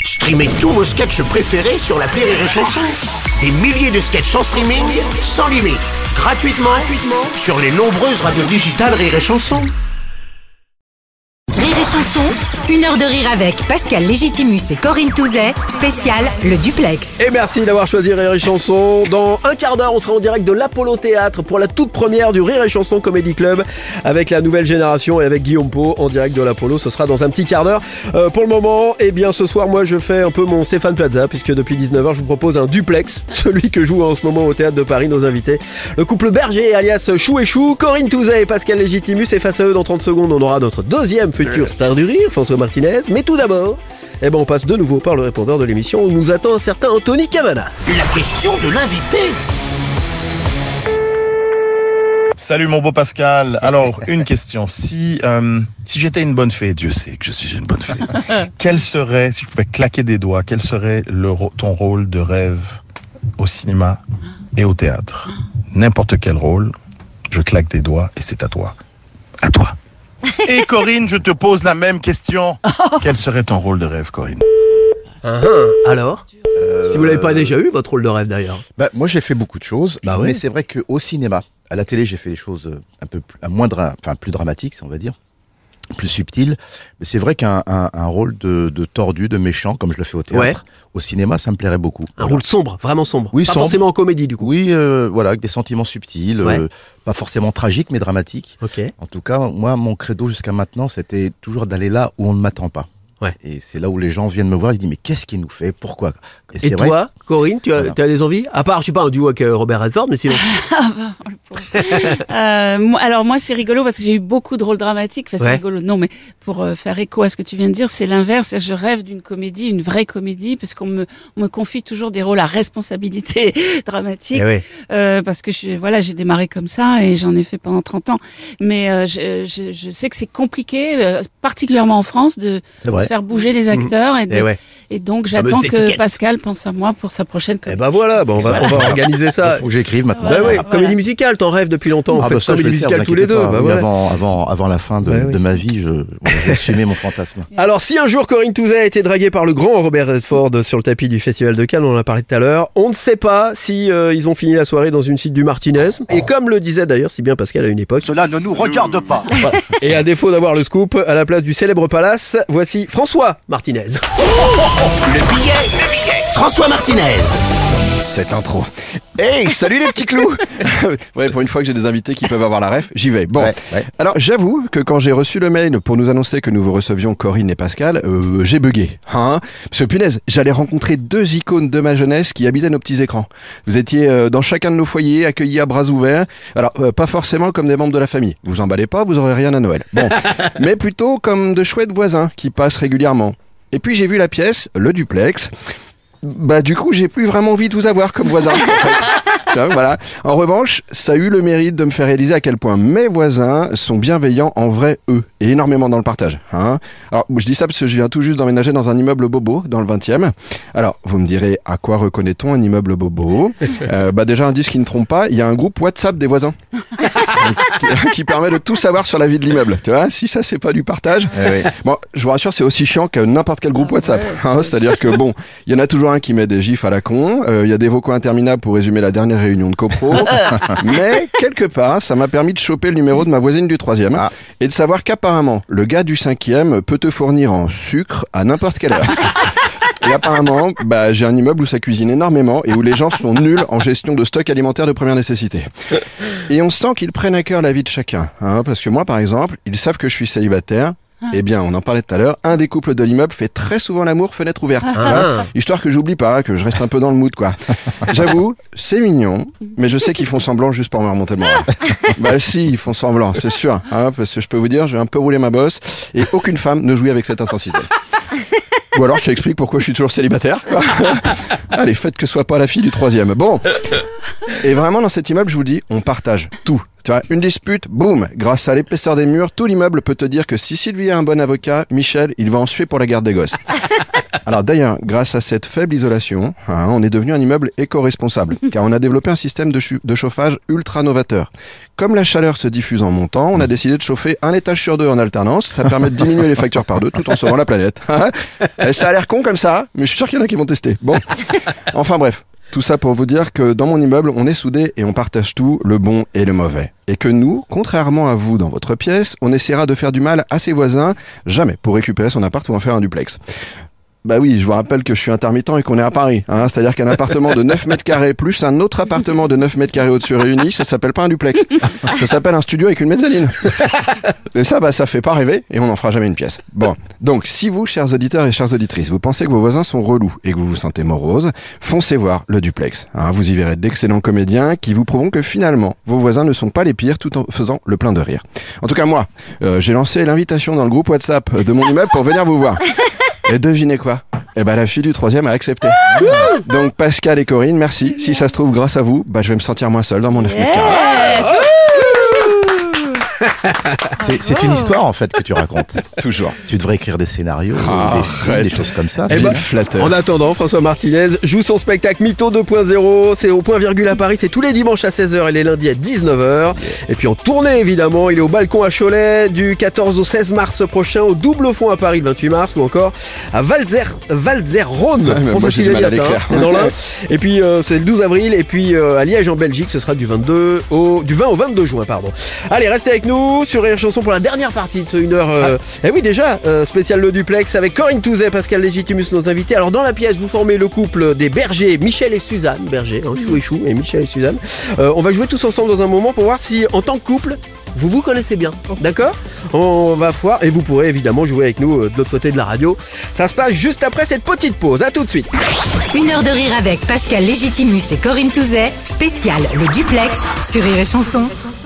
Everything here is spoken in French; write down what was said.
Streamez tous vos sketchs préférés sur l'appli Rire et Chanson. Des milliers de sketchs en streaming, sans limite, gratuitement sur les nombreuses radios digitales Rire et Chanson. Rire et Chanson, 1 heure de rire avec Pascal Légitimus et Corinne Touzet, spécial Le Duplex. Et merci d'avoir choisi Rire et Chanson. Dans un quart d'heure, on sera en direct de l'Apollo Théâtre pour la toute première du Rire et Chanson Comedy Club avec la nouvelle génération et avec Guillaume Pau en direct de l'Apollo. Ce sera dans un petit quart d'heure. Pour le moment, eh bien ce soir, moi je fais un peu mon Stéphane Plaza puisque depuis 19h, je vous propose un duplex, celui que joue en ce moment au Théâtre de Paris nos invités. Le couple Berger alias Chou et Chou, Corinne Touzet et Pascal Légitimus. Et face à eux, dans 30 secondes, on aura notre deuxième futur star du rire, François Martinez. Mais tout d'abord, on passe de nouveau par le répondeur de l'émission où nous attend un certain Anthony Cavana. La question de l'invité. Salut mon beau Pascal. Alors, une question. Si j'étais une bonne fée, Dieu sait que je suis une bonne fée, quel serait, si je pouvais claquer des doigts, quel serait ton rôle de rêve au cinéma et au théâtre? N'importe quel rôle, je claque des doigts et c'est à toi. À toi. Et Corinne, je te pose la même question. Quel serait ton rôle de rêve, Corinne? Alors si vous l'avez pas déjà eu, votre rôle de rêve d'ailleurs. Moi j'ai fait beaucoup de choses, Bah oui. mais c'est vrai qu'au cinéma, à la télé j'ai fait des choses un peu plus dramatiques, si on va dire, plus subtiles. Mais c'est vrai qu'un rôle de tordu, de méchant, comme je le fais au théâtre, au cinéma ça me plairait beaucoup. Un rôle sombre, vraiment sombre. Oui, pas sombre. forcément en comédie du coup. Oui, voilà, avec des sentiments subtils, pas forcément tragiques mais dramatiques. Ok. En tout cas, moi mon credo jusqu'à maintenant c'était toujours d'aller là où on ne m'attend pas. Ouais. Et c'est là où les gens viennent me voir, ils disent mais qu'est-ce qu'il nous fait, pourquoi? Et c'est toi, vrai. Corinne, tu as des envies? À part, je sais pas, un duo avec Robert Redford, mais sinon. Moi c'est rigolo parce que j'ai eu beaucoup de rôles dramatiques. Enfin, c'est rigolo, non, mais pour faire écho à ce que tu viens de dire, c'est l'inverse. Je rêve d'une comédie, une vraie comédie, parce qu'on me confie toujours des rôles à responsabilité dramatique. Parce que j'ai démarré comme ça et j'en ai fait pendant 30 ans. Mais je sais que c'est compliqué, particulièrement en France, de faire bouger les acteurs et donc j'attends que Pascal pense à moi pour sa prochaine comédie. Et ben voilà, on va organiser ça. Il faut que j'écrive maintenant. Comédie musicale, t'en rêves depuis longtemps. On fait ça, comédie musicale tous les deux. Avant la fin de ma vie, je vais assumer mon fantasme. Alors si un jour Corinne Touzet a été draguée par le grand Robert Redford sur le tapis du Festival de Cannes, on en a parlé tout à l'heure, on ne sait pas si ils ont fini la soirée dans une suite du Martinez. Et comme le disait d'ailleurs si bien Pascal à une époque, cela ne nous regarde pas. Voilà. Et à défaut d'avoir le scoop, à la place du célèbre palace, voici François Martinez. Le billet. François Martinez. Cette intro. Hey, salut les petits clous. Pour une fois que j'ai des invités qui peuvent avoir la ref, j'y vais. Bon, alors j'avoue que quand j'ai reçu le mail pour nous annoncer que nous vous recevions Corinne et Pascal, j'ai bugué. Parce que punaise, j'allais rencontrer 2 icônes de ma jeunesse qui habitaient nos petits écrans. Vous étiez dans chacun de nos foyers, accueillis à bras ouverts. Alors, pas forcément comme des membres de la famille. Vous emballez pas, vous aurez rien à Noël. Bon, mais plutôt comme de chouettes voisins qui passent régulièrement. Et puis j'ai vu la pièce, le duplex. Du coup, j'ai plus vraiment envie de vous avoir comme voisin. Voilà. En revanche, ça a eu le mérite de me faire réaliser à quel point mes voisins sont bienveillants en vrai, eux, et énormément dans le partage. Alors, je dis ça parce que je viens tout juste d'emménager dans un immeuble bobo, dans le 20e. Alors, vous me direz, à quoi reconnaît-on un immeuble bobo? Déjà, indice qui ne trompe pas, il y a un groupe WhatsApp des voisins. qui permet de tout savoir sur la vie de l'immeuble. Tu vois, si ça, c'est pas du partage. Bon, je vous rassure, c'est aussi chiant que n'importe quel groupe WhatsApp. C'est-à-dire que bon, il y en a toujours un qui met des gifs à la con, il y a des vocaux interminables pour résumer la dernière réunion de copro, mais quelque part, ça m'a permis de choper le numéro de ma voisine du 3e et de savoir qu'apparemment, le gars du 5e peut te fournir en sucre à n'importe quelle heure. Et apparemment, j'ai un immeuble où ça cuisine énormément et où les gens sont nuls en gestion de stock alimentaire de première nécessité. Et on sent qu'ils prennent à cœur la vie de chacun. Parce que moi, par exemple, ils savent que je suis célibataire. Eh bien, on en parlait tout à l'heure, un des couples de l'immeuble fait très souvent l'amour fenêtre ouverte. Histoire que j'oublie pas, que je reste un peu dans le mood, quoi. J'avoue, c'est mignon, mais je sais qu'ils font semblant juste pour me remonter le moral. Si, ils font semblant, c'est sûr. Parce que je peux vous dire, j'ai un peu roulé ma bosse et aucune femme ne jouit avec cette intensité. Ou alors tu expliques pourquoi je suis toujours célibataire, quoi. Allez, faites que ce soit pas la fille du 3e. Bon, Et vraiment, dans cet immeuble, je vous dis, on partage tout. Tu vois, une dispute, boum, grâce à l'épaisseur des murs, tout l'immeuble peut te dire que si Sylvie est un bon avocat, Michel, il va en suer pour la garde des gosses. Alors d'ailleurs, grâce à cette faible isolation, on est devenu un immeuble éco-responsable, car on a développé un système de chauffage ultra novateur. Comme la chaleur se diffuse en montant, on a décidé de chauffer un étage sur 2 en alternance. Ça permet de diminuer les factures par 2 tout en sauvant la planète. Ça a l'air con comme ça, mais je suis sûr qu'il y en a qui vont tester. Bon, enfin bref. Tout ça pour vous dire que dans mon immeuble, on est soudés et on partage tout, le bon et le mauvais. Et que nous, contrairement à vous dans votre pièce, on essaiera de faire du mal à ses voisins, jamais pour récupérer son appart ou en faire un duplex. Bah oui, je vous rappelle que je suis intermittent et qu'on est à Paris. C'est-à-dire qu'un appartement de 9 mètres carrés plus un autre appartement de 9 mètres carrés au-dessus réunis, ça s'appelle pas un duplex. Ça s'appelle un studio avec une mezzanine. Et ça, ça fait pas rêver et on n'en fera jamais une pièce. Bon, donc si vous, chers auditeurs et chères auditrices, vous pensez que vos voisins sont relous et que vous vous sentez morose, foncez voir le duplex. Vous y verrez d'excellents comédiens qui vous prouveront que finalement, vos voisins ne sont pas les pires tout en faisant le plein de rire. En tout cas, moi, j'ai lancé l'invitation dans le groupe WhatsApp de mon immeuble pour venir vous voir. Et devinez quoi ? La fille du 3e a accepté. Donc Pascal et Corinne, merci. Si ça se trouve, grâce à vous, je vais me sentir moins seul dans mon 9 mètres carrés. C'est une histoire en fait que tu racontes. Toujours. Tu devrais écrire des scénarios, des choses comme ça. Flatteur. En attendant, François Martinez joue son spectacle Mytho 2.0. C'est au Point Virgule à Paris. C'est tous les dimanches à 16h et les lundis à 19h. Et puis en tournée évidemment, il est au Balcon à Cholet du 14 au 16 mars prochain, au Double Fond à Paris le 28 mars ou encore à Valzerrone. Moi j'ai du mal à l'écrire. C'est dans l'Ain. Et puis c'est le 12 avril et puis à Liège en Belgique, ce sera du 20 au 22 juin. Allez, restez avec nous sur Rire Chanson pour la dernière partie de ce 1 heure. Spécial le duplex avec Corinne Touzet, Pascal Légitimus, nos invités. Alors dans la pièce, vous formez le couple des Berger, Michel et Suzanne Berger, Chou et Chou et Michel et Suzanne. On va jouer tous ensemble dans un moment pour voir si en tant que couple, vous vous connaissez bien, d'accord ? On va voir et vous pourrez évidemment jouer avec nous de l'autre côté de la radio. Ça se passe juste après cette petite pause. À tout de suite. 1 heure de rire avec Pascal Légitimus et Corinne Touzet, spécial le duplex sur Rire et Chanson.